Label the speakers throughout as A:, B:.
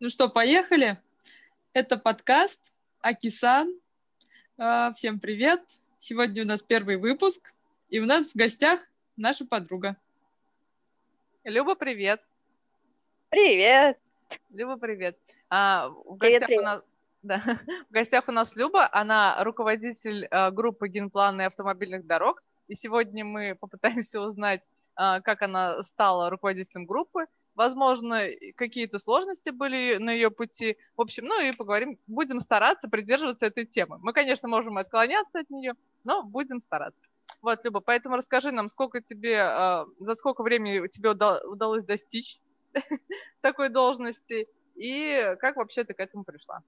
A: Ну что, поехали? Это подкаст Аки-сан. Всем привет. Сегодня у нас первый выпуск, и у нас в гостях наша подруга.
B: Люба, привет.
C: Привет.
B: Люба, привет. В гостях у нас Люба, она руководитель группы генплана и автомобильных дорог. И сегодня мы попытаемся узнать, как она стала руководителем группы. Возможно, какие-то сложности были на ее пути. В общем, и поговорим, будем стараться придерживаться этой темы. Мы, конечно, можем отклоняться от нее, но будем стараться. Вот, Люба, поэтому расскажи нам, за сколько времени тебе удалось достичь такой должности, и как вообще ты к этому пришла?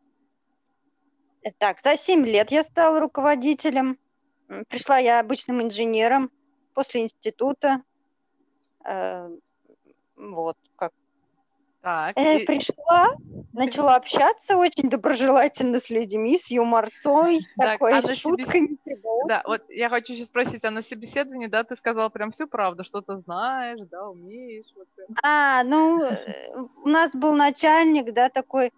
C: Так, за 7 лет я стала руководителем. Пришла я обычным инженером после института. Вот как.
B: Так,
C: Пришла, начала общаться очень доброжелательно с людьми, с юморцой, такой шуткой.
B: Да, вот я хочу еще спросить, а на собеседовании, да, ты сказала прям всю правду, что ты знаешь, да, умеешь. Вот.
C: У нас был начальник, да, такой,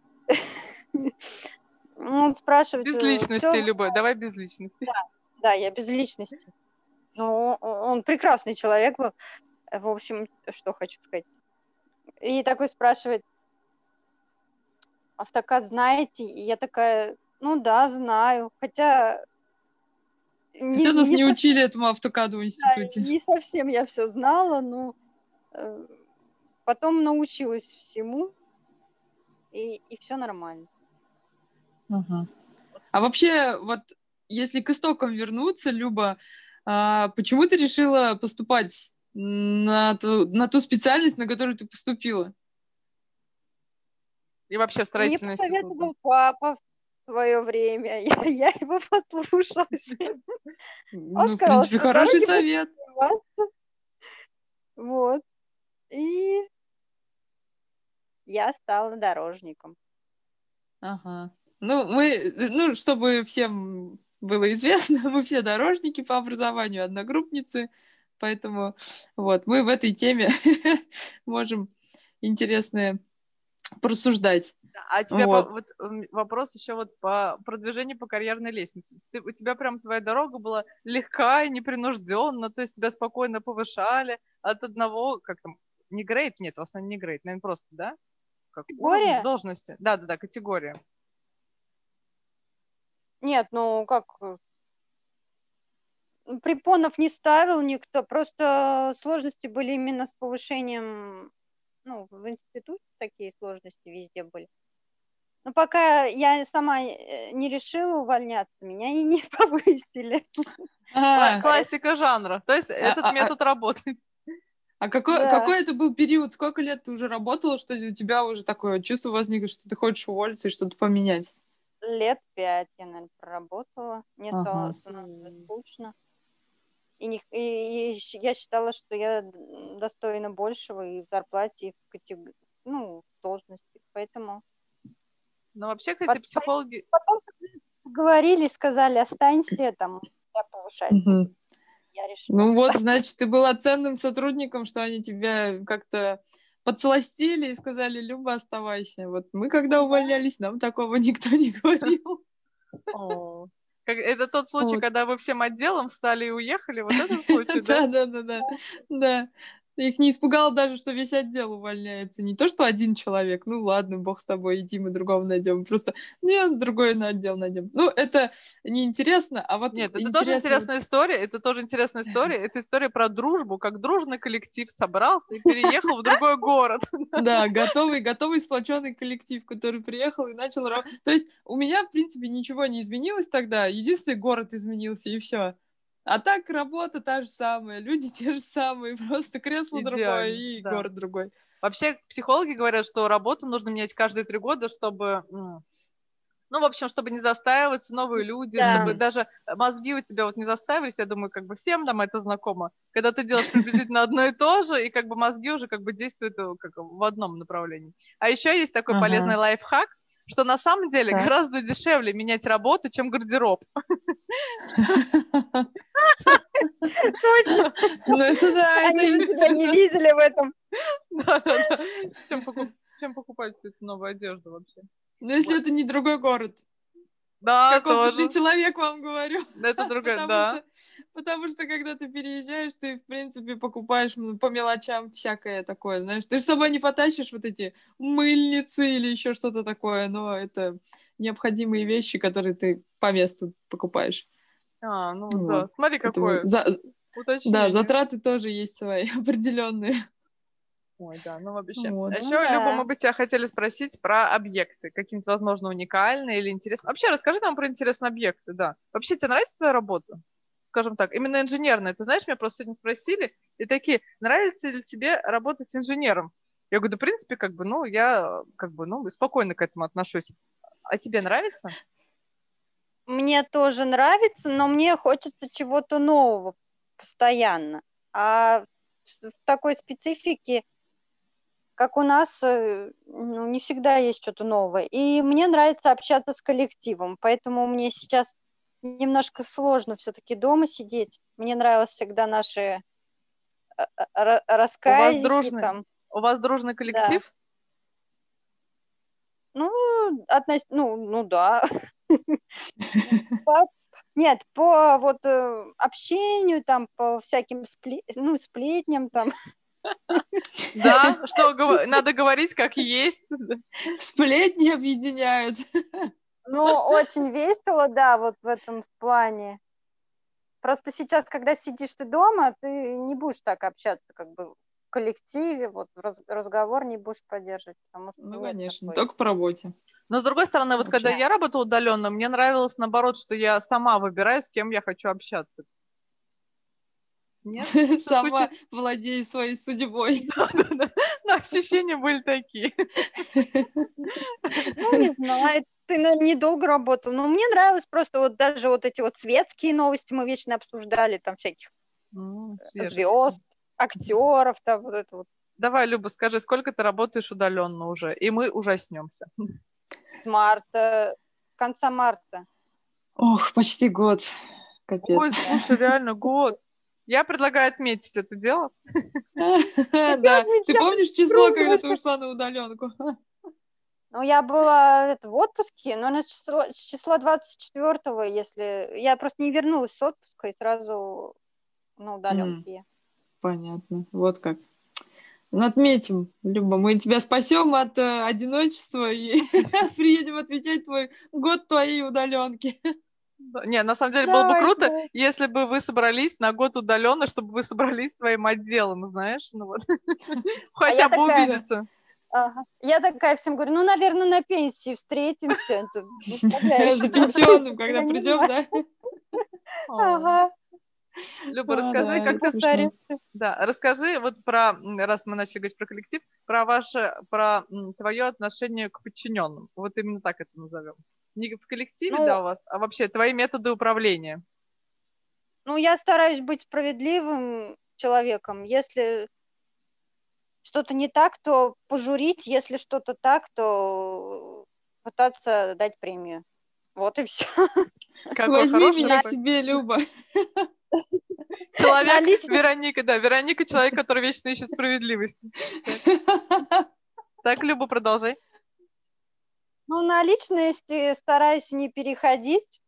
C: он спрашивает...
B: Без личности, Люба, давай без личности.
C: Да, я без личности. Но он прекрасный человек был, в общем, что хочу сказать. И такой спрашивает: автокад знаете? И я такая: ну да, знаю. Хотя
A: нас не учили этому автокаду в институте.
C: Да, не совсем я все знала, но потом научилась всему, и все нормально.
A: Ага. А вообще, вот если к истокам вернуться, Люба, почему ты решила поступать на ту специальность, на которую ты поступила?
B: И вообще в строительный институт.
C: Мне посоветовал папа в свое время. Я его послушалась. Он
A: в принципе, хороший совет.
C: Вот. И я стала дорожником.
A: Ага. Чтобы всем было известно, мы все дорожники по образованию, одногруппницы, поэтому вот мы в этой теме можем интересное порассуждать.
B: А тебе вопрос еще по продвижению по карьерной лестнице. У тебя прям твоя дорога была легкая, непринужденная, то есть тебя спокойно повышали от одного, как там, не грейд? Нет, в основном не грейд, наверное, просто, да? Как
C: категория?
B: Должности. Да, категория.
C: Нет, препонов не ставил никто, просто сложности были именно с повышением, в институте такие сложности везде были. Но пока я сама не решила увольняться, меня и не повысили.
B: Классика жанра, то есть этот метод работает.
A: А какой это был период? Сколько лет ты уже работала, что у тебя уже такое чувство возникло, что ты хочешь уволиться и что-то поменять?
C: Лет 5 я, наверное, проработала. Мне стало становиться скучно. И я считала, что я достойна большего и в зарплате, и в должности. Поэтому...
B: Но вообще, кстати, психологи...
C: Потом говорили, сказали: останься, там, тебя повышать. Я решила.
A: Значит, ты была ценным сотрудником, что они тебя как-то подсластили и сказали: Люба, оставайся. Вот мы, когда увольнялись, нам такого никто не говорил.
B: Это тот случай, когда вы всем отделом встали и уехали? Вот этот случай, да?
A: Да. Их не испугало даже, что весь отдел увольняется. Не то, что один человек. Ну ладно, бог с тобой, иди, мы другого найдем. Просто, другой на отдел найдем. Это неинтересно, а вот
B: Нет, это тоже интересная история. Это история про дружбу, как дружный коллектив собрался и переехал в другой город.
A: Да, готовый сплоченный коллектив, который приехал и начал работать. То есть у меня, в принципе, ничего не изменилось тогда. Единственный город изменился, и все. А так работа та же самая, люди те же самые, просто кресло другое и город другой.
B: Вообще психологи говорят, что работу нужно менять каждые 3 года, чтобы... чтобы не застаиваться, новые люди, чтобы даже мозги у тебя не застаивались, я думаю, всем нам это знакомо. Когда ты делаешь приблизительно одно и то же, и мозги уже действуют в одном направлении. А еще есть такой полезный лайфхак, что на самом деле гораздо дешевле менять работу, чем гардероб.
C: Точно. Они же тебя не видели в этом.
B: Да. чем покупать всю эту новую одежду вообще.
A: Но если это не другой город.
B: Да,
A: Как опытный
B: тоже.
A: человек вам говорю.
B: Это другое, да.
A: Потому что когда ты переезжаешь, ты, в принципе, покупаешь по мелочам всякое такое, знаешь. Ты же с собой не потащишь вот эти мыльницы или еще что-то такое, но это необходимые вещи, которые ты по месту покупаешь.
B: Ну
A: Вот.
B: да. Смотри, какое
A: Да,
B: уточнение.
A: затраты тоже есть свои определенные.
B: Ой, да, ну вообще.
A: Вот.
B: А
C: Ну
B: еще, Люба,
C: да.
B: мы бы тебя хотели спросить про объекты. Какие-нибудь, возможно, уникальные или интересные. Вообще, расскажи нам про интересные объекты, да. Вообще, тебе нравится твоя работа? Скажем так, именно инженерная. Ты знаешь, меня просто сегодня спросили, и такие, нравится ли тебе работать инженером? Я говорю, да, в принципе, я спокойно к этому отношусь. А тебе нравится?
C: Мне тоже нравится, но мне хочется чего-то нового постоянно. А в такой специфике, как у нас, не всегда есть что-то новое. И мне нравится общаться с коллективом, поэтому мне сейчас немножко сложно все-таки дома сидеть. Мне нравилось всегда наши рассказики там.
B: У вас дружный
C: Да.
B: коллектив?
C: Ну, да. Нет, по вот общению, там, по всяким сплетням там.
B: Да, что надо говорить как есть.
A: Сплетни объединяют.
C: Ну, очень весело, да, вот в этом плане. Просто сейчас, когда сидишь ты дома, ты не будешь так общаться, как бы в коллективе, вот разговор не будешь поддерживать, потому что
A: Ну,
C: нет
A: конечно,
C: такой.
A: только по работе.
B: Но, с другой стороны, вот когда я работала удаленно, мне нравилось, наоборот, что я сама выбираю, с кем я хочу общаться. Нет?
A: Сама владею своей судьбой.
B: Да. Но ощущения были такие.
C: Ну, не знаю, ты, наверное, недолго работал. Но мне нравилось просто вот даже вот эти вот светские новости мы вечно обсуждали, там всяких звезд, актеров, там вот это вот.
B: Давай, Люба, скажи, сколько ты работаешь удаленно уже? И мы ужаснемся.
C: С конца марта.
A: Ох, почти год. Капец.
B: Ой, слушай, реально год. Я предлагаю отметить это дело.
A: Да, ты помнишь число, когда ты ушла на удаленку?
C: Ну, я была в отпуске, но с числа 24-го, если... Я просто не вернулась с отпуска и сразу на удаленке.
A: Понятно, вот как. Ну, отметим, Люба, мы тебя спасем от одиночества и приедем отвечать твой год твоей удаленки.
B: Не, на самом деле было бы круто, если бы вы собрались на год удаленно, чтобы вы собрались своим отделом, знаешь, ну вот. Хотя бы увидеться.
C: Ага. Я такая всем говорю, наверное, на пенсии встретимся.
A: За пенсионным, когда придем, да?
C: Ага.
B: Люба, расскажи, как ты... Да, расскажи вот про, раз мы начали говорить про коллектив, про твое отношение к подчиненным. Вот именно так это назовем. Не в коллективе, да, у вас, а вообще твои методы управления.
C: Ну, я стараюсь быть справедливым человеком. Если что-то не так, то пожурить. Если что-то так, то пытаться дать премию. Вот и все.
A: Возьми меня к себе, Люба.
B: Человек, Вероника, да, Вероника человек, который вечно ищет справедливости. Так, Люба, продолжай.
C: Ну, на личности стараюсь не переходить.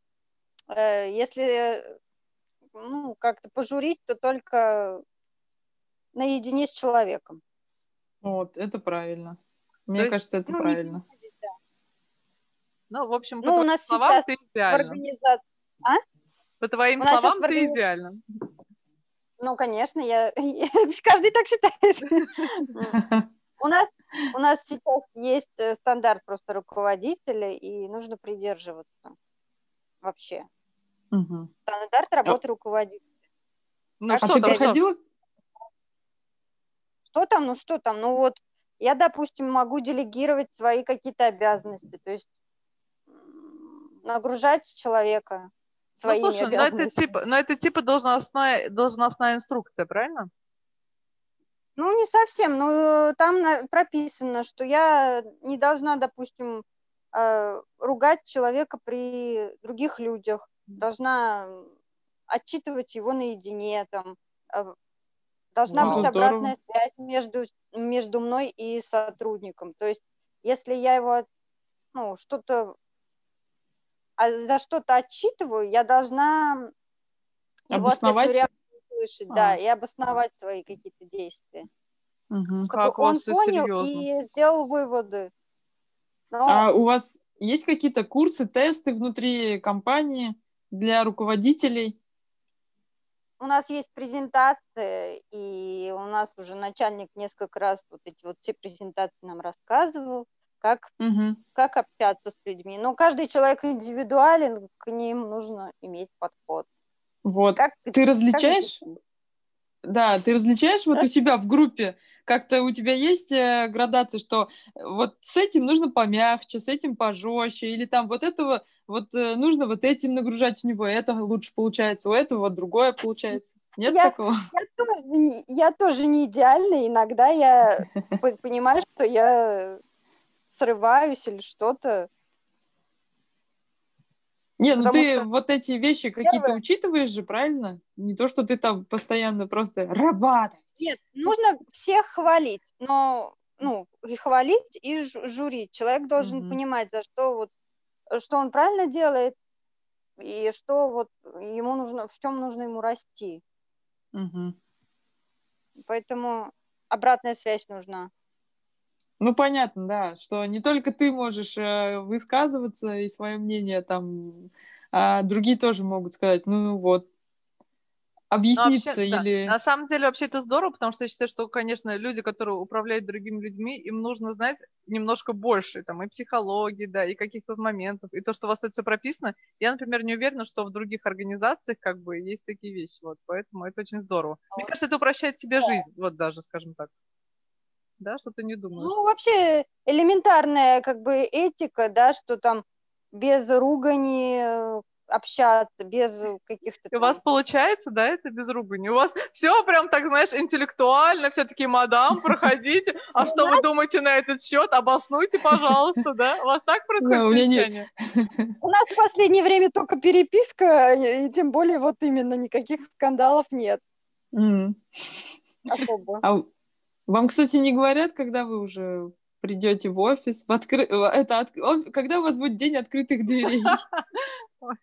C: Если, как-то пожурить, то только наедине с человеком.
A: Вот, это правильно. Мне кажется, это правильно.
B: Ну, в общем, по твоим словам, ты идеально. По твоим словам, ты идеально.
C: Ну, конечно, каждый так считает. У нас сейчас есть стандарт просто руководителя, и нужно придерживаться вообще. Стандарт работы руководителя.
B: Ну, что ты проходила?
C: Что там? Ну, вот я, допустим, могу делегировать свои какие-то обязанности, то есть нагружать человека своими обязанностями.
B: Но это типа должностная инструкция, правильно?
C: Ну, не совсем. Но там прописано, что я не должна, допустим, ругать человека при других людях. Должна отчитывать его наедине, там, Должна
A: Это
C: быть
B: Вау.
A: здорово.
C: обратная связь между мной и сотрудником. То есть, если я его, ну, за что-то отчитываю, я должна его ответную
A: Обосновать?
C: реакцию услышать, да,
A: А,
C: и обосновать свои какие-то действия,
A: мгм.
C: чтобы
B: Как у вас
C: он
B: все
C: понял
B: серьезно.
C: и сделал выводы. Но
A: А у вас есть какие-то курсы, тесты внутри компании для руководителей?
C: у нас есть презентации, и у нас уже начальник несколько раз вот эти вот все презентации нам рассказывал, как
A: Мгм.
C: общаться с людьми. Но каждый человек индивидуален, к ним нужно иметь подход.
A: Вот.
C: Как,
A: Ты
C: как с
A: различаешь?
C: детьми.
A: Да, ты различаешь вот у себя в группе, как-то у тебя есть градация, что вот с этим нужно помягче, с этим пожестче, или там вот этого вот нужно вот этим нагружать, у него это лучше получается, у этого вот другое получается. Нет
C: Я,
A: такого?
C: я тоже не идеальна, иногда я понимаю, что я срываюсь или что-то,
A: Не, ну
C: потому
A: ты
C: что
A: вот эти вещи какие-то
C: первое,
A: учитываешь же, правильно? Не то, что ты там постоянно просто работать.
C: нет, нужно всех хвалить, но, ну, и хвалить, и журить. Человек должен
A: Мгм.
C: понимать, за что вот, что он правильно делает, и что вот ему нужно, в чем нужно ему расти.
A: Мгм.
C: Поэтому обратная связь нужна.
A: Ну, понятно, да, что не только ты можешь высказываться и свое мнение там, а другие тоже могут сказать, ну вот,
B: Ну, вообще,
A: объясниться
B: да.
A: или...
B: На самом деле, вообще это здорово, потому что я считаю, что, конечно, люди, которые управляют другими людьми, им нужно знать немножко больше, там, и психологии, да, и каких-то моментов, и то, что у вас это все прописано. Я, например, не уверена, что в других организациях, как бы, есть такие вещи, вот, поэтому это очень здорово. Мне кажется, это упрощает тебе жизнь, вот даже, скажем так, да, что ты не думаешь.
C: Ну, вообще элементарная как бы этика, да, что там без ругани общаться, без каких-то
B: И у вас
C: там...
B: получается, да, это без ругани? У вас все прям так, знаешь, интеллектуально, все такие, мадам, проходите. А
C: У
B: что вы
C: нас,
B: думаете на этот счет? Обоснуйте, пожалуйста, да? У вас так происходит
A: Да, у меня не...
B: совещание?
C: у нас в последнее время только переписка, и тем более вот именно никаких скандалов нет
A: М.
C: особо.
A: А вам, кстати, не говорят, когда вы уже придете в офис, когда у вас будет день открытых дверей?
B: Ой.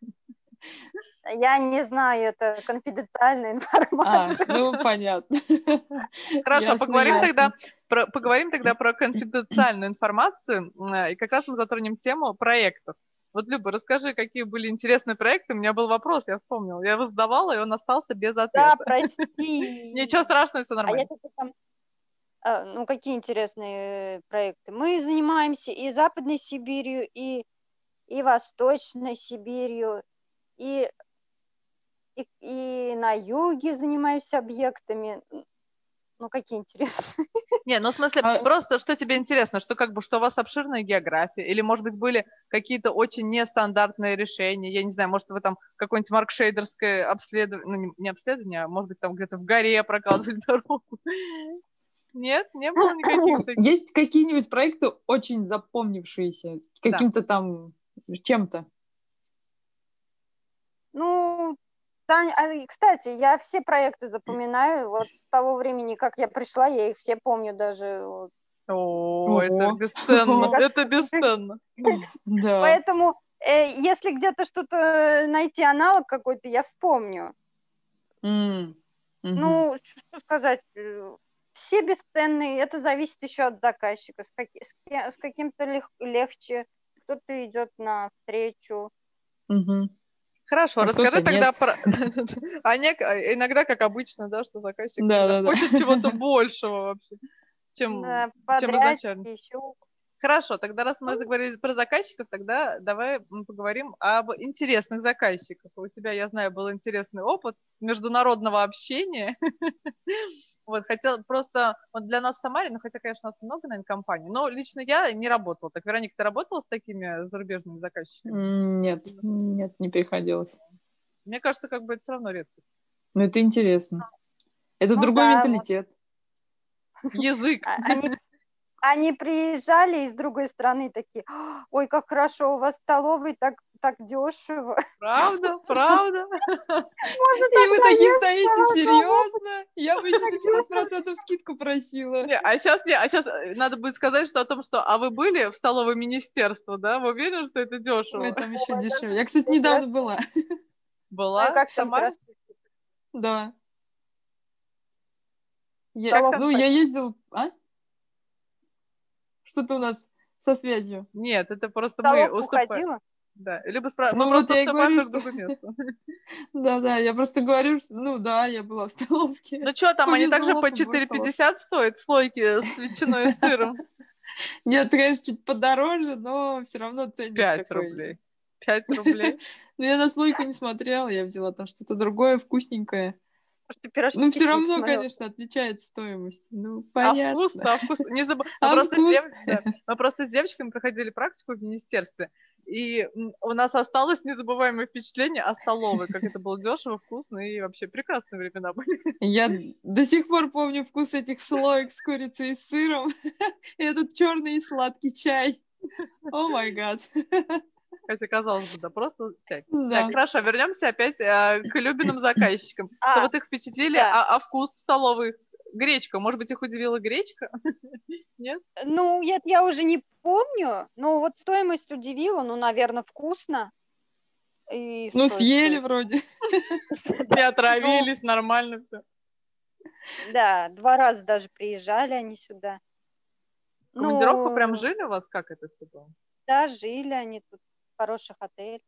C: Я не знаю, это конфиденциальная
A: А,
C: информация.
A: ну, понятно.
B: Хорошо,
A: Ясно, ясно.
B: поговорим тогда про конфиденциальную информацию, и как раз мы затронем тему проектов. Вот, Люба, расскажи, какие были интересные проекты. У меня был вопрос, я вспомнила. Я его задавала, и он остался без
C: Да,
B: ответа.
C: прости.
B: Ничего страшного, все
C: А я
B: нормально.
C: только там... Ну, какие интересные проекты. Мы занимаемся и Западной Сибирью, и Восточной Сибирью, и, и на юге занимаемся объектами. Ну, какие интересные.
B: Не, ну в смысле,
A: А,
B: просто что тебе интересно, что как бы, что у вас обширная география, или, может быть, были какие-то очень нестандартные решения, я не знаю, может, вы там какое-нибудь маркшейдерское обследование, ну, не обследование, а может быть, там где-то в горе прокладывали дорогу. Нет, не было никаких таких.
A: есть какие-нибудь проекты очень запомнившиеся
B: Да.
A: каким-то там чем-то?
C: Ну, Таня, и, кстати, я все проекты запоминаю. Вот с того времени, как я пришла, я их все помню даже. Вот.
B: О, это
A: Ого.
B: бесценно, это бесценно.
A: Да.
C: Поэтому, если где-то что-то найти аналог какой-то, я вспомню.
A: М. Мгм.
C: Ну, что сказать, все бесценные, это зависит еще от заказчика. С каким-то легче, кто-то идет навстречу.
A: Мгм.
B: Хорошо,
A: А
B: расскажи
A: кто-то
B: тогда
A: нет.
B: про... иногда, как обычно, да, что заказчик
A: Да-да-да.
B: хочет чего-то большего вообще, чем изначально.
C: Подрядчики, еще.
B: Хорошо, тогда раз мы заговорили про заказчиков, тогда давай поговорим об интересных заказчиках. У тебя, я знаю, был интересный опыт международного общения. Вот, хотел просто, вот для нас в Самаре, ну, хотя, конечно, у нас много, наверное, компаний, но лично я не работала. Так, Вероника, ты работала с такими зарубежными заказчиками?
A: Нет, нет, не приходилось.
B: Мне кажется, как бы это все равно редко.
A: Но это интересно. Это
C: Ну
A: другой
C: да, вот.
A: менталитет.
B: Язык.
C: Они приезжали из другой страны такие: ой, как хорошо, у вас в столовой так так дешево.
B: Правда, правда.
A: И вы такие стоите, серьезно? Я бы еще на 50% скидку просила.
B: А сейчас надо будет сказать, что о том, что а вы были в столовой министерства, да? Вы уверены, что это
A: Ой,
B: дешево?
A: там еще дешевле. Я, кстати, недавно была.
B: Была?
C: Как там
B: Сама?
A: Да.
C: Столов
A: Ну, я ездила... А? Что-то у нас со связью.
B: Нет, это просто
C: в
B: мы
C: столовку
B: уступаем.
C: ходила?
B: Да, либо
A: Ну,
B: мы
A: вот
B: просто
A: я и
B: уступаем
A: говорю,
B: друг
A: что...
B: другу место.
A: Да-да, я просто говорю, что... Ну, да, я была в столовке.
B: Ну что там, они также
A: Повезло,
B: по
A: побывать в столовке.
B: 4,50 стоят слойки с ветчиной и сыром?
A: Нет, конечно, чуть подороже, но все равно ценник
B: 5
A: такой.
B: рублей. 5 рублей?
A: Но я на слойку не смотрела, я взяла там что-то другое, вкусненькое.
C: Может, ты пирожки
A: Ну, все
C: не
A: равно,
C: посмотрела?
A: конечно, отличается стоимость. Ну,
B: А
A: понятно.
B: вкус, не забыл.
A: А вкус?
B: Мы просто с девочками проходили практику в министерстве, и у нас осталось незабываемое впечатление о столовой, как это было дешево, вкусно, и вообще прекрасные времена были.
A: Я до сих пор помню вкус этих слоек с курицей и сыром. И этот черный и сладкий чай. О май гад.
B: Хотя, казалось бы, да, просто чай.
A: Да.
B: Так, хорошо, вернемся опять к Любиным заказчикам. Что вот их впечатлили,
C: да.
B: а вкус в столовой? Гречка, может быть, их удивила гречка? Нет?
C: Ну, я уже не помню, но вот стоимость удивила, ну, наверное, вкусно. И
A: Ну,
C: что
A: съели
C: еще?
A: вроде.
B: Не отравились, нормально все.
C: Да, 2 раза даже приезжали они сюда.
B: Командировку прям
C: Ну,
B: жили у вас? Как это все было?
C: да, жили они тут в хороших отелях.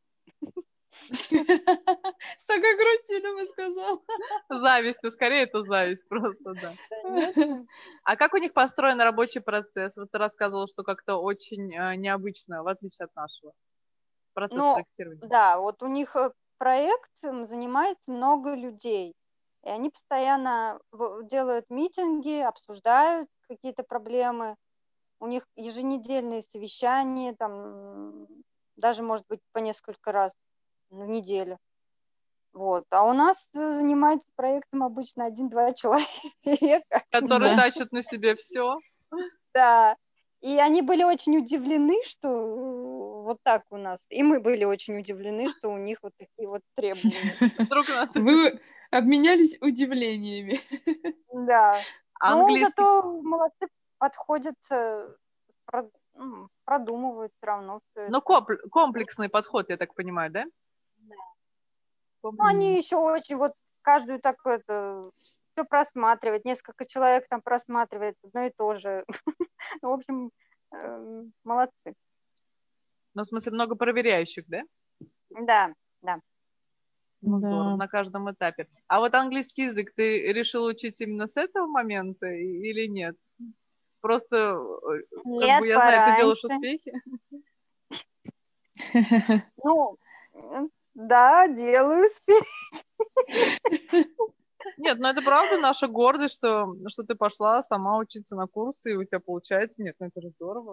A: С такой грустью Люба сказала.
B: Завистью, скорее это зависть просто, да.
C: Конечно.
B: А как у них построен рабочий процесс? Вот ты рассказывала, что как-то очень необычно, в отличие от нашего. Процесс
C: Ну,
B: проектирования.
C: да, вот у них проектом занимается много людей. И они постоянно делают митинги, обсуждают какие-то проблемы. У них еженедельные совещания, там даже, может быть, по несколько раз в неделю. Вот. А у нас занимается проектом обычно 1-2 человека.
B: Которые
A: Да.
B: тащат на себе все.
C: Да. И они были очень удивлены, что вот так у нас. И мы были очень удивлены, что у них вот такие вот требования.
B: Вдруг у нас
A: Вы обменялись удивлениями.
C: Да. Но
B: английский.
C: зато молодцы, подходят, продумывают все равно.
B: Ну, комплексный подход, я так понимаю, да?
C: Да. Ну, они еще очень вот каждую так это все просматривают. Несколько человек там просматривает одно и то же. Ну, в общем, молодцы.
B: Ну, в смысле, много проверяющих, да?
C: Да, да.
B: Ну,
A: Да.
B: здорово, на каждом этапе. А вот английский язык ты решил учить именно с этого момента или нет? Просто, как
C: Нет,
B: бы, я знаю, ты делаешь
C: пораньше.
B: успехи.
C: Ну, да, делаю успех.
B: Нет, ну это правда наша гордость, что ты пошла сама учиться на курсы, и у тебя получается. Нет, ну это же здорово.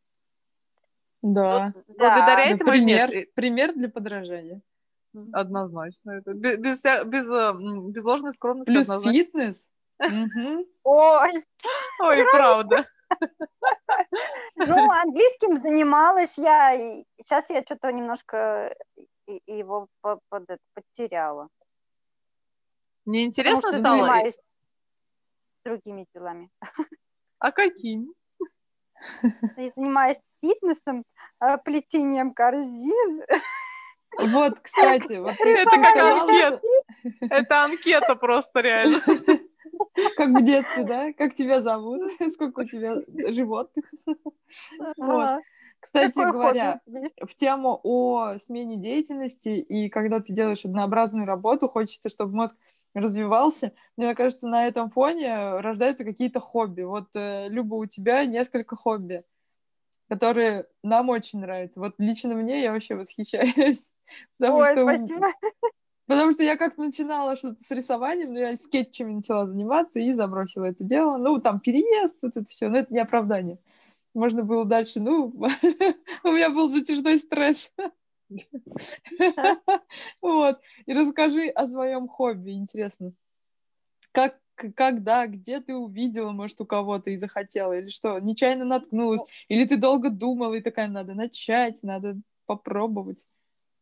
A: Да.
B: Благодаря
A: Да,
B: этому или нет?
A: пример для подражания.
B: Однозначно. Это без ложной скромности
A: Плюс
B: однозначно.
A: фитнес. Мгм.
C: Ой,
B: Ой, правда.
C: ну, английским занималась я. И сейчас я что-то немножко его потеряла.
B: Мне
C: Потому
B: интересно
C: что
B: стало.
C: занимаюсь другими делами.
B: А какими?
C: Я занимаюсь фитнесом, плетением корзин.
A: Вот, кстати, вот ты
B: Это как
A: сказала,
B: анкета.
A: что-
B: Это анкета просто реально.
A: как в детстве, да? Как тебя зовут? Сколько у тебя животных? Вот.
C: Ага.
A: Кстати
C: Какое
A: говоря,
C: хобби у тебя есть?
A: в тему о смене деятельности, и когда ты делаешь однообразную работу, хочется, чтобы мозг развивался. Мне кажется, на этом фоне рождаются какие-то хобби. Вот, Люба, у тебя несколько хобби, которые нам очень нравятся. Вот лично мне я вообще восхищаюсь.
C: Ой, спасибо.
A: Потому что я как-то начинала что-то с рисованием, но я скетчами начала заниматься и забросила это дело. Ну, там переезд, вот это все, но это не оправдание. Можно было дальше, ну, у меня был затяжной стресс. Вот. И расскажи о своем хобби, интересно. Когда, где ты увидела, может, у кого-то и захотела, или что, нечаянно наткнулась, или ты долго думала и такая, надо начать, надо попробовать.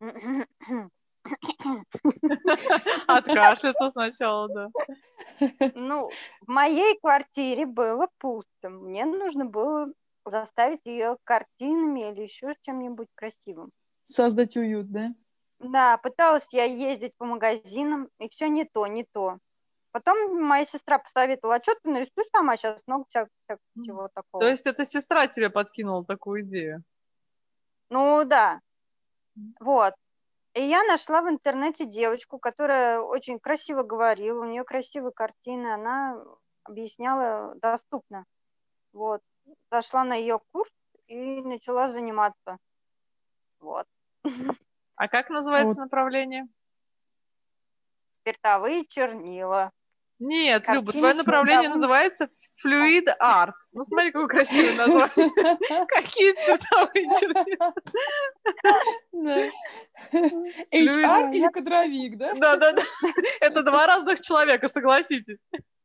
B: Откашляться сначала, да.
C: Ну, в моей квартире было пусто. Мне нужно было заставить ее картинами или еще чем-нибудь красивым.
A: Создать уют, да?
C: Да, пыталась я ездить по магазинам, и все не то, не то. Потом моя сестра посоветовала, а что ты нарисуй сама, сейчас много чего
B: То
C: такого.
B: есть это сестра тебе подкинула такую идею?
C: Ну да, вот. И я нашла в интернете девочку, которая очень красиво говорила, у нее красивые картины, она объясняла доступно. Вот. Зашла на ее курс и начала заниматься. Вот.
B: А как называется
A: Вот.
B: направление?
C: Спиртовые чернила.
B: Нет, Люба,
C: Картины
B: твое
C: с
B: направление
C: спиртовым-
B: называется Fluid Art. Ну смотри, какое красивое название. Какие спиртовые чернила?
A: Да.
B: Флюид.
A: HR или кадровик, да?
B: Да. Это два разных человека, согласитесь.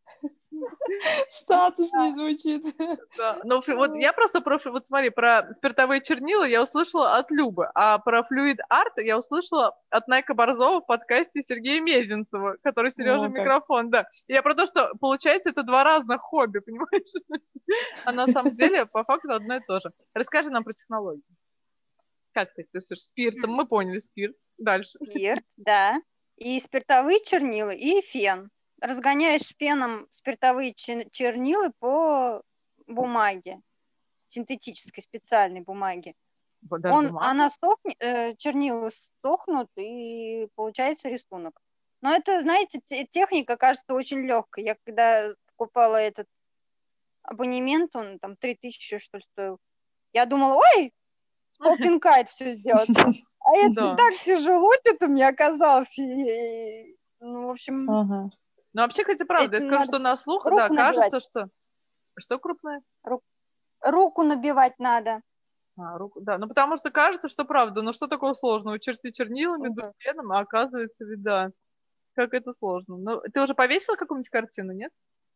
A: Статусный звучит.
B: Да. Но вот я просто вот смотри, про спиртовые чернила я услышала от Любы, а про Fluid Art я услышала от Найка Борзова в подкасте Сергея Мезенцева, который Сережа
A: О, как.
B: микрофон, да. И я про то, что получается это два разных хобби, понимаешь? А на самом деле по факту одно и то же. Расскажи нам про технологию. Как ты рисуешь? Спиртом, мы поняли, спирт. Дальше.
C: Спирт, да. И спиртовые чернила, и фен. Разгоняешь феном спиртовые чернила по бумаге, синтетической специальной бумаге.
B: Даже бумага?
C: Она сохнет, чернила сохнут, и получается рисунок. Но это, знаете, техника кажется очень легкой. Я когда покупала этот абонемент, он там 3000, что ли, стоил, я думала, ой, с полпинка это все сделать. А это
B: Да.
C: так тяжело что-то мне оказалось. И, ну, в общем,
A: Ага.
B: Ну, вообще, кстати, правда, я
C: этим
B: скажу,
C: надо
B: что на слух,
C: руку
B: да,
C: набивать.
B: кажется, что... Что крупное?
C: Руку набивать надо.
B: Руку, да. Ну, потому что кажется, что правда, ну что такого сложного? Черти чернилами,
C: Да.
B: дульпеном, а оказывается, ведь да, как это сложно. Ну, ты уже повесила какую-нибудь картину, нет?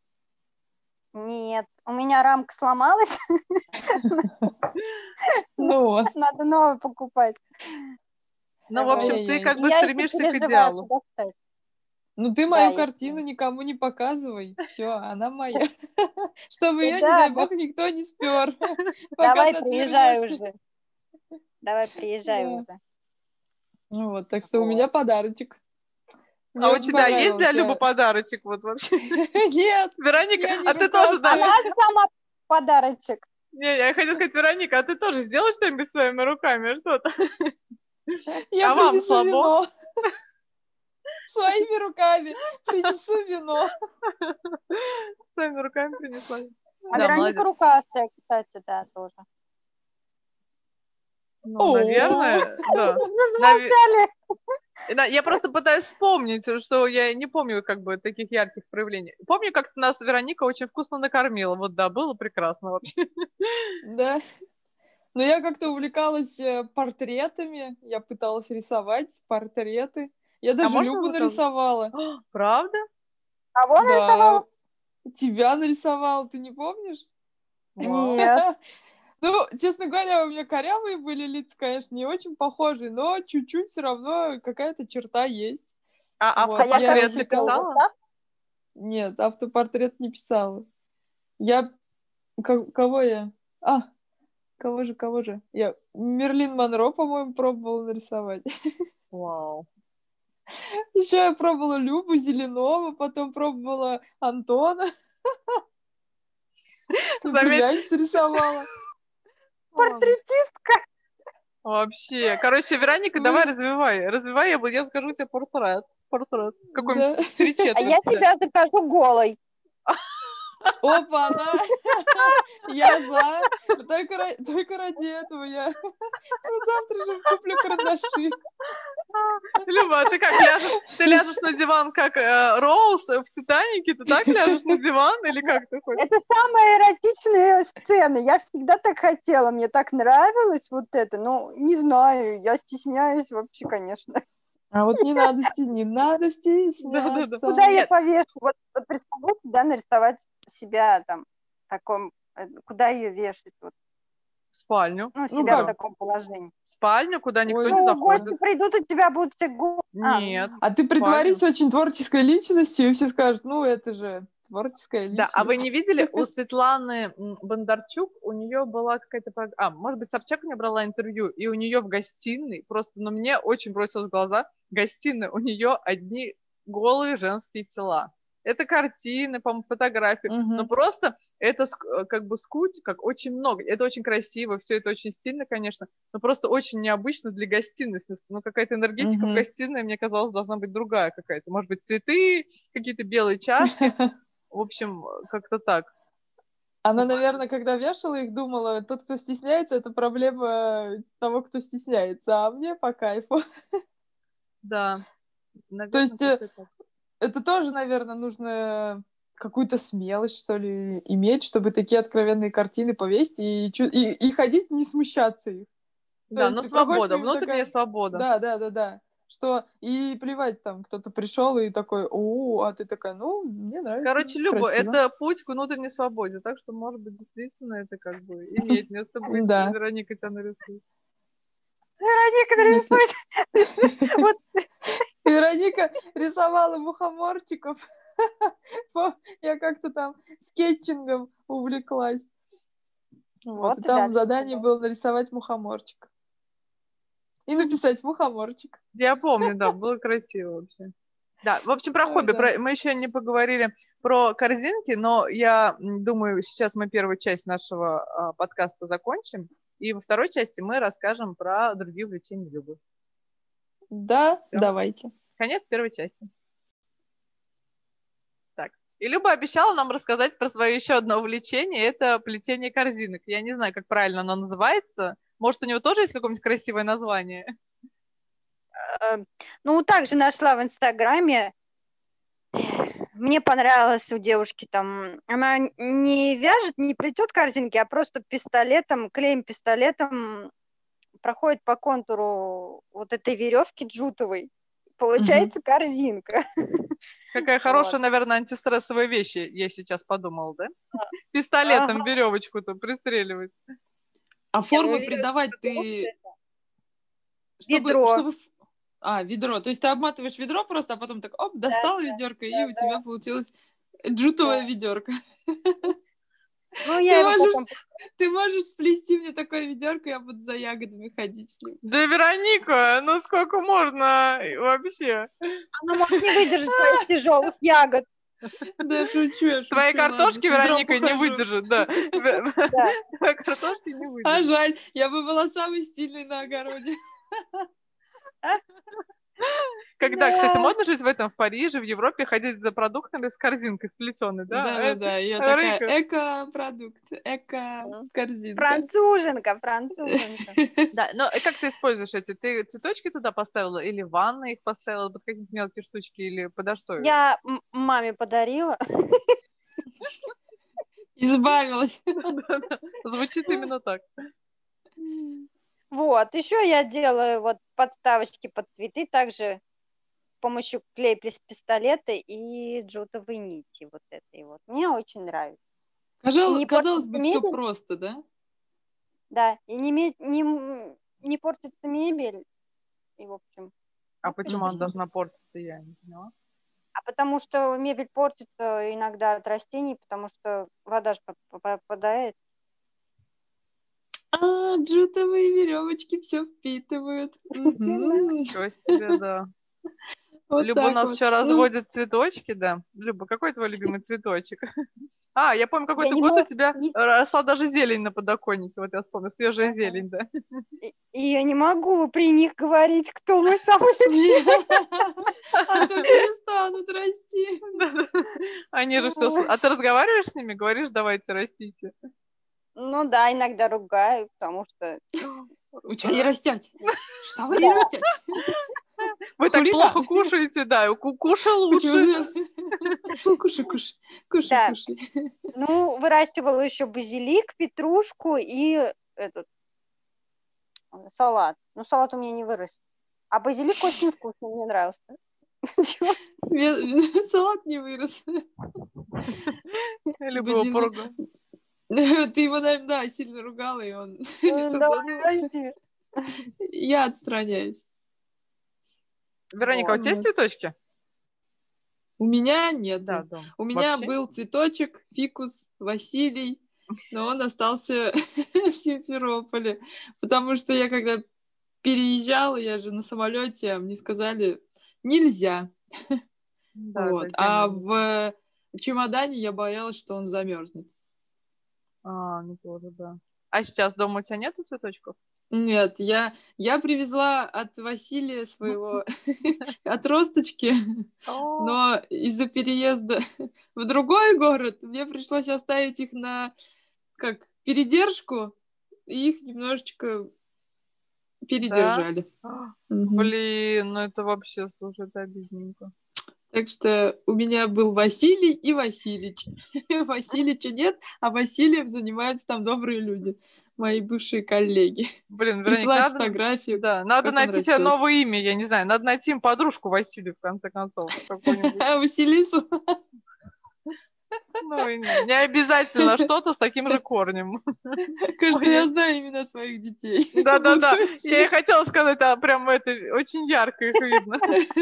C: Нет, у меня рамка сломалась,
A: Ну,
C: надо новую покупать.
B: Ну, в общем, ты
A: Ай-яй-яй.
B: как бы
C: Я еще
B: стремишься к
C: переживаю
B: идеалу.
C: достать.
A: ну ты
C: Да,
A: мою
C: я
A: картину
C: знаю.
A: никому не показывай. Все, она моя. Чтобы ее, не
C: Да,
A: дай
C: да.
A: бог, никто не спер. Пока
C: Давай,
A: ты
C: приезжай
A: отвернешься.
C: уже. Давай, приезжай
A: Да.
C: уже.
A: Ну вот, так что у
C: Вот.
A: меня подарочек. Мне
B: А у
A: очень
B: тебя есть для
A: понравилось.
B: Любы подарочек вот вообще?
A: Нет,
B: Вероника,
A: я не
B: а ты тоже, да?
C: Она сама подарочек.
B: Не, я хотела сказать, Вероника, а ты тоже сделаешь что-нибудь своими руками, что-то?
A: Я
B: А вам
A: принесу
B: слабо?
A: вино. Своими руками принесу вино.
B: Своими руками принесла.
C: А
B: Да,
C: Вероника
B: молодец.
C: рукастая, кстати, да, тоже.
B: Ну, наверное, да.
C: Замолчали.
B: Я просто пытаюсь вспомнить, что я не помню как бы таких ярких проявлений. Помню, как нас Вероника очень вкусно накормила. Вот да, было прекрасно вообще.
A: Да. Но я как-то увлекалась портретами. Я пыталась рисовать портреты. Я даже
B: можно
A: Любу
B: заказать?
A: нарисовала.
B: Правда?
C: Кого
A: Да.
C: нарисовала?
A: Тебя нарисовала, ты не помнишь?
B: Вау.
C: Нет.
A: Ну, честно говоря, у меня корявые были лица, конечно, не очень похожие, но чуть-чуть все равно какая-то черта есть.
B: А
A: Вот,
C: А я как
B: автопортрет ты
C: считала, вот
B: писала?
C: так?
A: Нет, автопортрет не писала. Я... Кого я? Кого же? Я Мерлин Монро, по-моему, пробовала нарисовать.
B: Вау.
A: Еще я пробовала Любу Зеленого, потом пробовала Антона. Гляньте, рисовала.
C: Портретистка.
B: Вообще. Короче, Вероника, давай развивай. Развивай, я скажу тебе портрет. Портрет. Какой-нибудь
A: Да.
B: три
C: А
B: четверти.
C: я тебя закажу голой.
A: Опа, она! Я за. Только ради этого я завтра же куплю карандаши.
B: Люба, а ты как ляжешь? Ты ляжешь на диван, как Роуз в «Титанике»? Ты так ляжешь на диван или как ты хочешь?
C: Это самые эротичные сцены. Я всегда так хотела. Мне так нравилось вот это. Ну, не знаю, я стесняюсь вообще, конечно.
A: А вот не надо стесняться.
B: Да.
C: Куда я
B: Нет.
C: повешу? Вот представляете, да, нарисовать себя там таком, куда ее вешать? Вот.
B: В спальню.
C: Ну,
A: Ну
C: себя в
A: как?
C: таком положении.
B: В спальню, куда никто
A: Ой.
B: не
C: Ну, гости
B: заходит.
C: придут, у тебя будут все
B: Нет.
A: А ты
B: в спальню.
A: притворись очень творческой личностью, и все скажут, ну, это же творческая
B: Да,
A: личность.
B: а вы не видели, у Светланы Бондарчук, у нее была какая-то... может быть, Собчак у нее брала интервью, и у нее в гостиной, просто, ну, мне очень бросилось в глаза, гостиная, у нее одни голые женские тела. Это картины, по-моему, фотографии, но
A: Мгм.
B: просто это как бы как очень много. Это очень красиво, все это очень стильно, конечно, но просто очень необычно для гостиной. В смысле, ну, какая-то энергетика в
A: Мгм.
B: гостиной, мне казалось, должна быть другая какая-то. Может быть, цветы, какие-то белые чашки. В общем, как-то так.
A: Она, наверное, когда вешала их, думала, тот, кто стесняется, это проблема того, кто стесняется, а мне по кайфу.
B: Да,
A: То
B: наверное,
A: есть
B: как-то так.
A: это тоже, наверное, нужно какую-то смелость, что ли, иметь, чтобы такие откровенные картины повесить и ходить, не смущаться их. То
B: Да,
A: есть
B: но
A: ты проходишь
B: свобода,
A: мимо
B: внутренняя
A: такая...
B: свобода.
A: Да. Что и плевать там, кто-то пришел и такой, а ты такая, ну, мне нравится,
B: Короче, Люба,
A: красиво.
B: это путь к внутренней свободе, так что, может быть, действительно это как бы имеет место быть, и
A: Да.
B: Вероника тебя нарисует.
C: Вероника
A: Если-
C: нарисует. Вот.
A: Вероника рисовала мухоморчиков. Я как-то там скетчингом увлеклась. Вот, и
C: и
A: там
C: дальше
A: задание
C: что?
A: было нарисовать мухоморчик. И написать мухоморчик.
B: Я помню, да, было красиво вообще. Да, в общем, про
A: Ой,
B: хобби.
A: да.
B: Мы еще не поговорили про корзинки, но я думаю, сейчас мы первую часть нашего подкаста закончим, и во второй части мы расскажем про другие увлечения Любы.
A: Да,
B: Всё.
A: давайте.
B: Конец первой части. Так. И Люба обещала нам рассказать про свое еще одно увлечение. Это плетение корзинок. Я не знаю, как правильно оно называется. Может, у него тоже есть какое-нибудь красивое название?
C: Ну, также нашла в Инстаграме. Мне понравилось у девушки там, она не вяжет, не плетет корзинки, а просто клеем пистолетом проходит по контуру вот этой веревки джутовой. Получается корзинка.
B: Какая хорошая, наверное, антистрессовая вещь, я сейчас подумала, да? Пистолетом веревочку-то пристреливать.
A: А формы придавать ты...
C: Ведро.
A: Ведро. То есть ты обматываешь ведро просто, а потом так, оп, достала ведерко, и у тебя получилась джутовая ведерко.
C: Ну, я его потом...
A: Ты можешь сплести мне такое ведерко, я буду за ягодами ходить с ним.
B: Да, Вероника, ну сколько можно вообще?
C: Она может не выдержать твоих тяжелых ягод.
A: Да, шучу.
B: Твои картошки, Вероника, не выдержит, да.
C: Да.
B: Твои картошки не
A: А
B: выдержит.
A: жаль, я бы была самой стильной на огороде.
B: Когда, кстати, модно жить в Париже, в Европе, ходить за продуктами с корзинкой сплетенной, да?
A: Да, я такая эко-продукт, эко-корзинка.
C: Француженка.
B: Да, но как ты используешь эти? Ты цветочки туда поставила или в ванной их поставила, под какие-то мелкие штучки, или подо что?
C: Я маме подарила.
A: Избавилась.
B: Звучит именно так.
C: Вот, еще я делаю вот подставочки под цветы, также с помощью клея пистолета и джутовой нити вот этой вот. Мне очень нравится.
A: Казалось бы, все просто, да?
C: Да, и не портится мебель, и в общем.
B: А почему она должна портиться, я не поняла.
C: А потому что мебель портится иногда от растений, потому что вода же попадает.
A: Джутовые веревочки все впитывают.
B: Ничего себе, да.
A: Вот
B: Люба у нас
A: вот.
B: еще разводит цветочки, да. Люба, какой твой любимый цветочек? Я помню, какой-то год у тебя росла даже зелень на подоконнике. Вот я вспомнила, свежая зелень, да.
C: И я не могу при них говорить, кто мой самый любимый.
A: А то перестанут расти.
B: Они же все... А ты разговариваешь с ними? Говоришь, давайте растите.
C: Ну да, иногда ругаю, потому что...
A: Вы что не растете? Что вы не растете?
B: Вы так плохо кушаете, да, кушай лучше.
A: Кушай.
C: Ну, выращивала еще базилик, петрушку и салат. Ну, салат у меня не вырос. А базилик очень вкусный, мне нравился.
A: Салат не вырос. Ты его, наверное, да, сильно ругала, и он решил, да, ну,
C: Подожди.
A: я отстраняюсь.
B: Вероника, а у тебя есть
A: Вот.
B: цветочки?
A: У меня нету.
B: Да, дома.
A: У меня
B: Вообще?
A: был цветочек, фикус, Василий, но он остался в Симферополе, потому что я когда переезжала, я же на самолете, а мне сказали, нельзя.
B: Да,
A: Вот.
B: это
A: А
B: отдельно.
A: в чемодане я боялась, что он замерзнет.
B: Ну тоже, да. А сейчас дома у тебя нету цветочков?
A: Нет, я привезла от Василия своего отросточки,
B: О,
A: но из-за переезда в другой город мне пришлось оставить их на как передержку, и их немножечко
B: да?
A: передержали. Мгм.
B: Блин, ну это вообще, слушай, это обидненько.
A: Так что у меня был Василий и Василич. Василича нет, а Василием занимаются там добрые люди, мои бывшие коллеги.
B: Блин, Вероник,
A: Присылают
B: надо,
A: фотографию,
B: да, надо
A: как он
B: найти себе
A: растет.
B: новое имя, я не знаю, надо найти им подружку Василию, в конце концов, какую-нибудь.
A: Василису.
B: Ну, и не обязательно что-то с таким же корнем.
A: Кажется,
B: Ой,
A: я знаю имена своих детей.
B: да-да-да, я и
A: будущих.
B: хотела сказать, а прям это очень ярко их видно.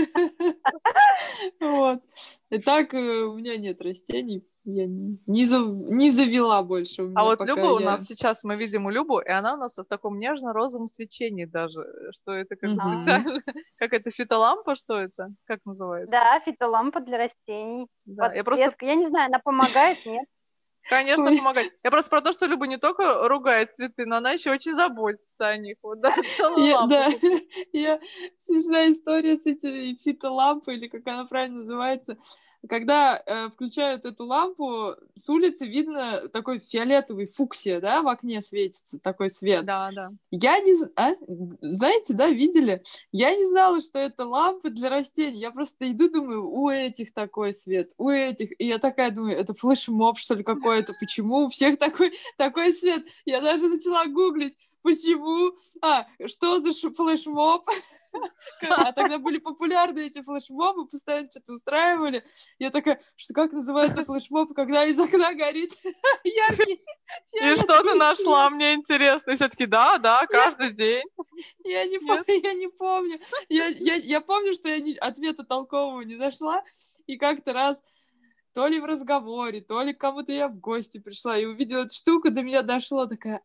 A: Вот. И так у меня нет растений. Я не завела больше у
B: А
A: меня,
B: вот
A: пока
B: Люба у нас
A: я...
B: сейчас, мы видим у Любу, и она у нас в таком нежно-розовом свечении даже, что это как бы
A: Мгм.
B: специально, как это, фитолампа, что это, как называется?
C: Да, фитолампа для растений.
B: Да, я просто,
C: Подсветка. Я не знаю, она помогает, нет?
B: конечно,
A: Ой,
B: помогает. Я просто про то, что Люба не только ругает цветы, но она еще очень заботится о них. Вот даже целую лампу
A: Да,
B: купила.
A: я... смешная история с этой фитолампой, или как она правильно называется. Когда включают эту лампу, с улицы видно такой фиолетовый фуксия, да, в окне светится такой свет.
B: Да, да.
A: Я не... Знаете, да, видели? Я не знала, что это лампы для растений. Я просто иду, думаю, у этих такой свет, у этих. И я такая думаю, это флешмоб, что ли, какой-то? Почему у всех такой свет? Я даже начала гуглить, почему? Что за флешмоб? А тогда были популярны эти флешмобы, постоянно что-то устраивали. Я такая, что как называется флешмоб, когда из окна горит яркий
B: И что ты
A: фиолетовый
B: нашла,
A: свет?
B: мне интересно. И все-таки, да,
A: Я,
B: каждый день.
A: я не
B: Нет?
A: помню, я не помню. Я помню, что я ответа толкового не нашла. И как-то раз то ли в разговоре, то ли к кому-то я в гости пришла и увидела эту штуку, до меня дошло, такая,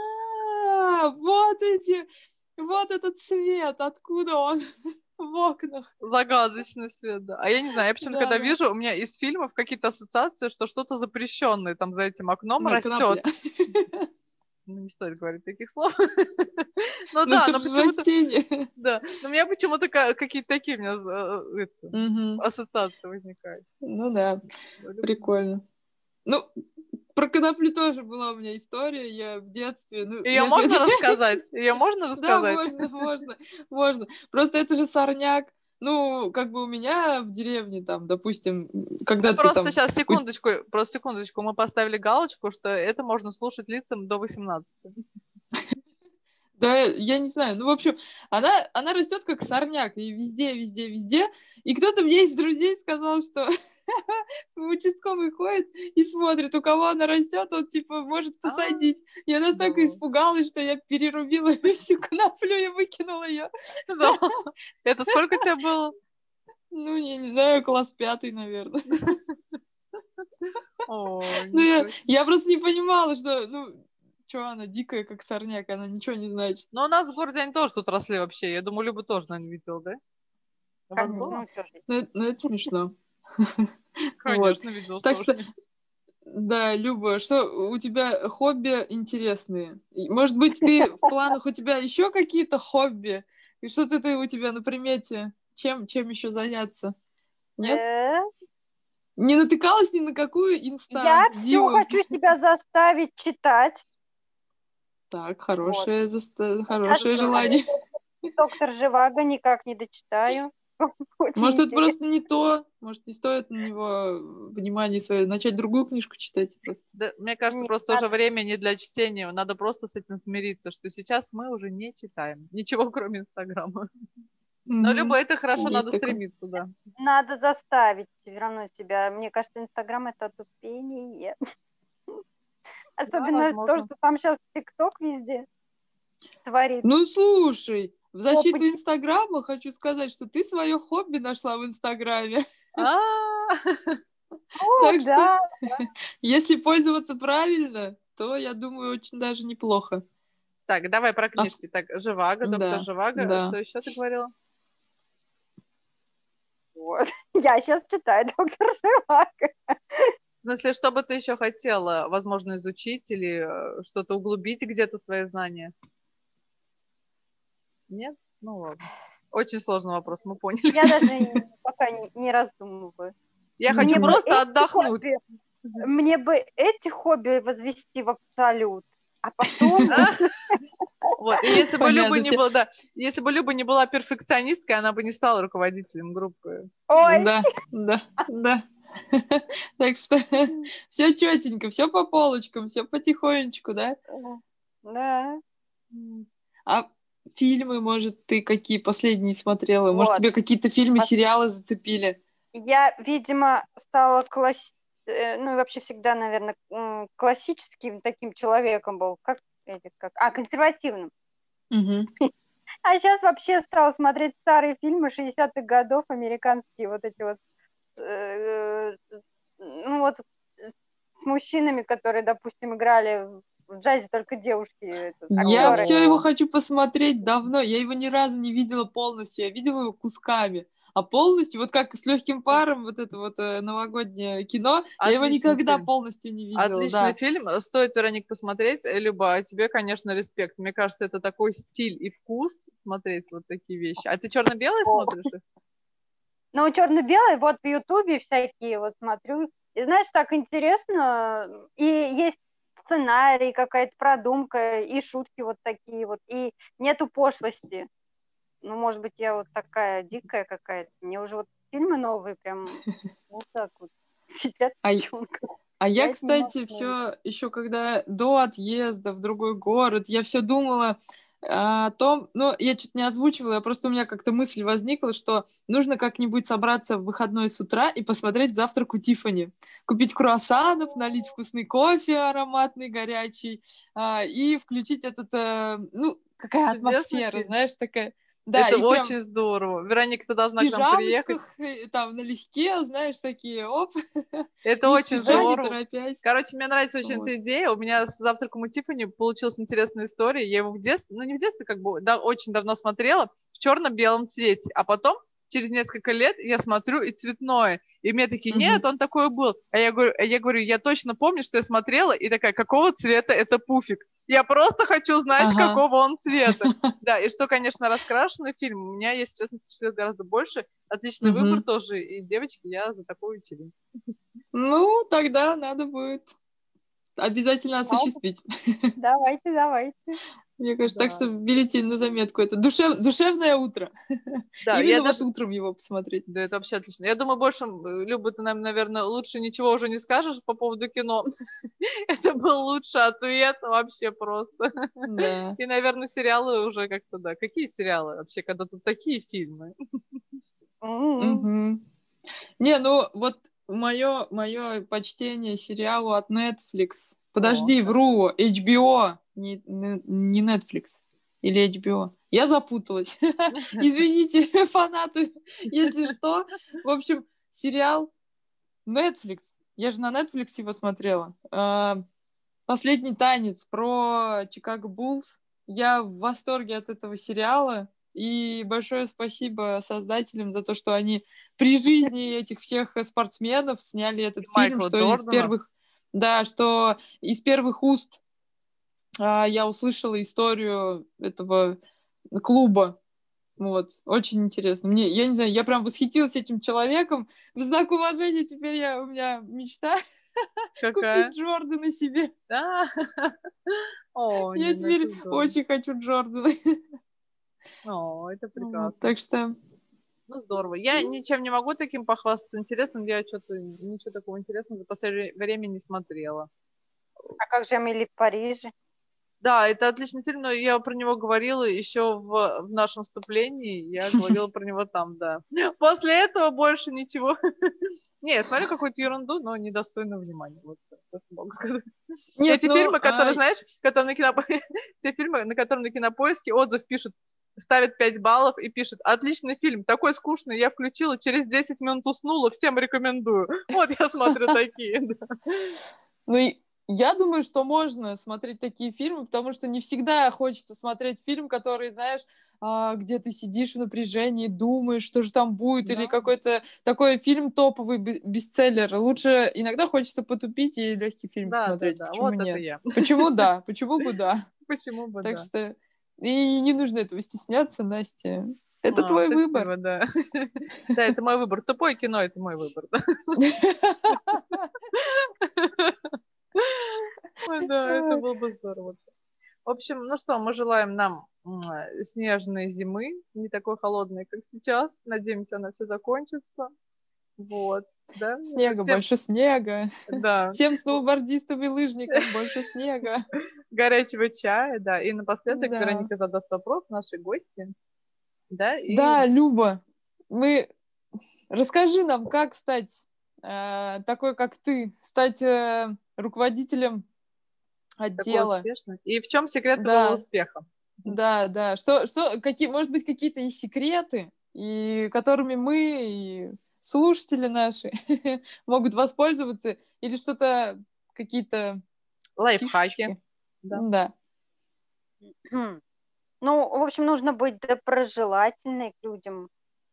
A: вот этот свет, откуда он в окнах.
B: Загадочный свет, да. А я не знаю, я почему-то,
A: Да,
B: когда
A: да.
B: вижу, у меня из фильмов какие-то ассоциации, что что-то запрещенное там за этим окном растет.
A: Конопля.
B: Ну, не стоит говорить таких слов. Ну
A: Ну,
B: да,
A: это
B: но
A: же
B: почему-то,
A: растение.
B: да. Но у меня почему-то какие-то такие у меня
A: Мгм.
B: ассоциации возникают.
A: Ну да,
B: Ну, люблю.
A: прикольно. Ну, про коноплю тоже была у меня история. Я в детстве, ну,
B: Ее
A: я же...
B: можно рассказать? Ее можно
A: Да,
B: рассказать?
A: можно. Просто это же сорняк. Ну, как бы у меня в деревне там, допустим,
B: Мы
A: когда ты
B: просто
A: там...
B: сейчас секундочку, мы поставили галочку, что это можно слушать лицам до 18.
A: Да, я не знаю. Ну, в общем, она растет как сорняк. И везде, везде, везде. И кто-то мне из друзей сказал, что участковый ходит и смотрит, у кого она растет, он, типа, может
B: А,
A: посадить. Я
B: да.
A: настолько испугалась, что я перерубила всю коноплю и выкинула ее.
B: Да. Это сколько тебе было?
A: Ну, я не знаю, класс 5, наверное.
B: Ой,
A: Ну,
B: ничего себе.
A: я просто не понимала, что, ну, что она дикая, как сорняк, она ничего не значит.
B: Но у нас в городе они тоже тут росли вообще. Я думаю, Люба тоже, наверное, видела, да? У вас было?
C: Ну, чё ж.
A: Ну, это смешно. Вот.
B: Конечно, видела,
A: Так
B: что уж
A: что,
B: нет.
A: да, Люба, что у тебя хобби интересные? Может быть, ты в планах у тебя еще какие-то хобби? И что-то ты у тебя на примете? Чем еще заняться? Нет?
C: Э,
A: Не натыкалась ни на какую
C: Я все
A: инста-диву?
C: хочу себя заставить читать.
A: Так,
C: Вот. Сейчас
A: хорошее желание.
C: доктор Живаго никак не дочитаю. Очень
A: Может, это
C: интересно.
A: просто не то. Может, не стоит на него внимание свое. Начать другую книжку читать просто.
B: Да, мне кажется,
C: Нет,
B: просто уже время не для чтения. Надо просто с этим смириться, что сейчас мы уже не читаем. Ничего, кроме Инстаграма. Но Люба, это хорошо,
A: Есть
B: надо
A: такое.
B: стремиться, да.
C: надо заставить все равно себя. Мне кажется, Инстаграм это тупение. Особенно то,
B: возможно.
C: что там сейчас ТикТок везде творит.
A: Ну, слушай, в защиту
C: Опыт.
A: Инстаграма хочу сказать, что ты свое хобби нашла в Инстаграме.
B: А,
C: О,
A: Так что,
C: да.
A: если пользоваться правильно, то, я думаю, очень даже неплохо.
B: Так, давай про
A: А с-
B: книжки. Так, Живаго, доктор
A: Да,
B: Живаго.
A: да.
B: Что еще ты говорила?
C: Вот. Я сейчас читаю «Доктор Живаго».
B: В смысле, что бы ты еще хотела, возможно, изучить или что-то углубить где-то свои знания? Нет? Ну ладно. Очень сложный вопрос, мы поняли.
C: Я даже пока не раздумываю.
B: Я
A: Мне
B: хочу
A: бы
B: просто
C: эти
B: отдохнуть.
C: Мне бы эти хобби возвести в абсолют, а потом...
B: Вот, и если бы Люба
A: Понятно,
B: не
A: все-
B: была, да, если бы Люба не была перфекционисткой, она бы не стала руководителем группы.
C: Ой,
A: Да, да, да. Так что все четенько, все по полочкам, все потихонечку, да?
C: да.
A: А фильмы, может, ты какие последние смотрела? Может,
C: Вот.
A: тебе какие-то фильмы, сериалы зацепили?
C: Я, видимо, стала ну и вообще всегда, наверное, классическим таким человеком был, консервативным.
A: Мгм.
C: А сейчас вообще стала смотреть старые фильмы 60-х годов, американские, вот эти вот, ну вот, с мужчинами, которые, допустим, играли в джазе только девушки,
A: Я
C: актеры.
A: все его хочу посмотреть давно. Я его ни разу не видела полностью. Я видела его кусками. А полностью, вот как с легким паром, вот это вот новогоднее кино, я его
B: Отличный
A: никогда
B: фильм.
A: полностью не видела.
B: Отличный
A: Да.
B: фильм. Стоит, Вероник, посмотреть. Люба, а тебе, конечно, респект. Мне кажется, это такой стиль и вкус смотреть вот такие вещи. А ты черно-белый смотришь их?
C: Ну, черно-белый, вот в Ютубе всякие вот смотрю. И знаешь, так интересно, и есть сценарий, какая-то продумка, и шутки вот такие вот, и нету пошлости. Ну, может быть, я вот такая дикая какая-то. Мне уже вот фильмы новые прям вот так вот сидят
A: А,
C: девчонка.
A: а я,
C: Я это не могу
A: кстати,
C: смотреть.
A: все еще когда до отъезда в другой город, я все думала о том, ну, я чуть не озвучивала, просто у меня как-то мысль возникла, что нужно как-нибудь собраться в выходной с утра и посмотреть «Завтрак у Тиффани». Купить круассанов, налить вкусный кофе ароматный, горячий, и включить этот, ну, какая
B: Чудесный
A: атмосфера,
B: фильм.
A: знаешь, такая... Да,
B: Это
A: и прям
B: очень здорово. Вероника, ты
A: в
B: должна к нам приехать.
A: пижамочках, там, налегке, знаешь, такие, оп,
B: Это
A: не
B: очень
A: спеша, не
B: здорово.
A: торопясь.
B: Короче, мне нравится очень
A: Вот.
B: эта идея. У меня с «Завтраком у Тиффани» получилась интересная история. Я его в детстве, ну не в детстве, как бы, да, очень давно смотрела в черно-белом цвете. А потом, через несколько лет, я смотрю и цветное. И мне такие, нет,
A: Мгм.
B: он такой был. А я говорю, я точно помню, что я смотрела, и такая, какого цвета это пуфик? Я просто хочу знать,
A: Ага.
B: какого он цвета. Да, и что, конечно, раскрашенный фильм. У меня, если честно, впечатлилось гораздо больше. Отличный выбор
A: Мгм.
B: тоже. И, девочки, я за такую вечеринку.
A: Ну, тогда надо будет обязательно осуществить.
C: Давайте.
A: Мне кажется, так
B: Да.
A: что берите на заметку. Это душевное утро.
B: Да, я
A: Именно вот
B: даже...
A: утром его посмотреть.
B: Да, это вообще отлично. Я думаю, больше, Люба, ты нам, наверное, лучше ничего уже не скажешь по поводу кино. Это был лучший ответ вообще просто.
A: Да.
B: И, наверное, сериалы уже как-то, да. Какие сериалы вообще, когда тут такие фильмы?
C: М-м.
A: Мгм. Не, ну вот мое почтение сериалу от Netflix. Подожди,
B: так.
A: вру, HBO, не Netflix. Или HBO. Я запуталась. Извините, фанаты, если что. В общем, сериал Netflix. Я же на Netflix его смотрела. «Последний танец» про Чикаго Буллс. Я в восторге от этого сериала. И большое спасибо создателям за то, что они при жизни этих всех спортсменов сняли этот
B: И
A: фильм,
B: Майкла
A: что из
B: Джордана.
A: первых, да, что из первых уст я услышала историю этого клуба. Вот, очень интересно. Я не знаю, я прям восхитилась этим человеком. В знак уважения теперь у меня мечта
B: Какая?
A: купить Джорданы себе.
B: Да. О,
A: Я
B: Нина, это
A: теперь
B: здорово.
A: очень хочу Джорданы.
B: О, это
A: Вот,
B: прекрасно.
A: так что,
B: Ну, здорово. Я ничем не могу таким похвастаться интересным. Я что-то ничего такого интересного за последнее время не смотрела.
C: А как же Эмили в Париже?
B: Да, это отличный фильм, но я про него говорила еще в нашем вступлении. Я говорила про него там, да. После этого больше ничего Не, я смотрю какую-то ерунду, но недостойную внимания. Вот что могу сказать.
A: Нет,
B: Эти фильмы, которые, знаешь, которые те фильмы, на котором на Кинопоиске отзыв пишут, ставит 5 баллов и пишет: отличный фильм, такой скучный, я включила, через 10 минут уснула, всем рекомендую. Вот я смотрю такие. Да.
A: Ну, я думаю, что можно смотреть такие фильмы, потому что не всегда хочется смотреть фильм, который, знаешь, где ты сидишь в напряжении, думаешь, что же там будет, или какой-то такой фильм топовый, бестселлер. Лучше иногда хочется потупить и легкий фильм посмотреть.
B: Да,
A: Почему
B: вот
A: нет?
B: это я.
A: Почему да? Почему бы да?
B: Почему бы
A: Так
B: да?
A: что и не нужно этого стесняться, Настя. Это твой выбор.
B: Да. Да, это мой выбор. Тупое кино — это мой выбор. Да, это было бы здорово. В общем, ну что, мы желаем нам снежной зимы, не такой холодной, как сейчас. Надеемся, она все закончится. Вот, да.
A: Снега, больше снега.
B: Да.
A: Всем сноубордистам и лыжникам больше снега.
B: Горячего чая, да. И напоследок
A: Да.
B: Вероника задаст вопрос нашей гости. Да,
A: Да, Люба, расскажи нам, как стать такой, как ты, стать руководителем отдела.
B: Успешно. И в чем секрет твоего успеха?
A: Да. Может быть, какие-то есть секреты, и которыми мы, и слушатели наши могут воспользоваться, или что-то, какие-то
B: лайфхаки.
A: фишечки.
B: Да.
C: Ну, в общем, нужно быть доброжелательной к людям.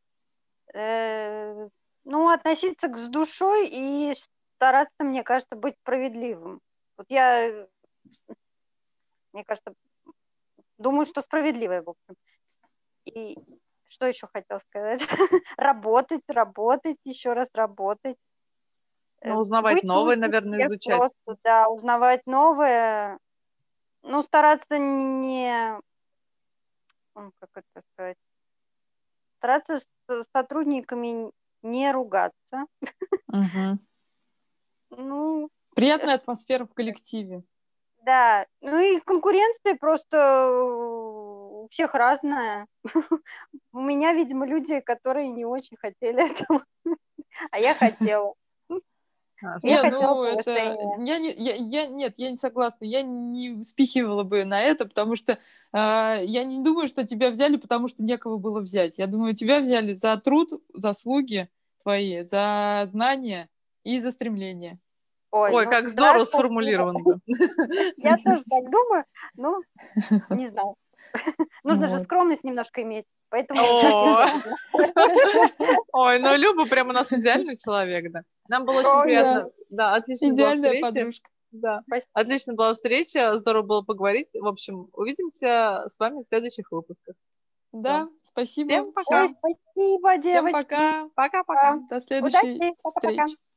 C: Ну, относиться с душой и стараться, мне кажется, быть справедливым. Вот я, мне кажется, думаю, что справедливая, в общем. И что еще хотела сказать? Работать, еще раз работать.
B: Ну, узнавать новое, наверное, изучать.
C: Просто, да, узнавать новое. Ну, стараться не... Как это сказать? Стараться с сотрудниками не ругаться.
A: Угу.
C: Ну,
A: приятная атмосфера в коллективе.
C: Да, ну и конкуренция просто у всех разная. У меня, видимо, люди, которые не очень хотели этого, а я хотела. Я хотела повышения.
A: Я не согласна. Я не спихивала бы на это, потому что я не думаю, что тебя взяли, потому что некого было взять. Я думаю, тебя взяли за труд, заслуги твои, за знания и за стремление.
B: Ой, как здорово сформулировано.
C: Я тоже так думаю, но не знаю. Нужно же скромность немножко иметь. Поэтому...
B: Ой, ну Люба прям у нас идеальный человек, да. Нам было очень приятно. Да, отлично была встреча.
A: Идеальная подружка.
B: Да, отлично была встреча, здорово было поговорить. В общем, увидимся с вами в следующих выпусках.
A: Да, спасибо.
B: Всем пока.
C: Спасибо, девочки.
A: Всем пока.
B: Пока-пока.
A: До следующей встречи.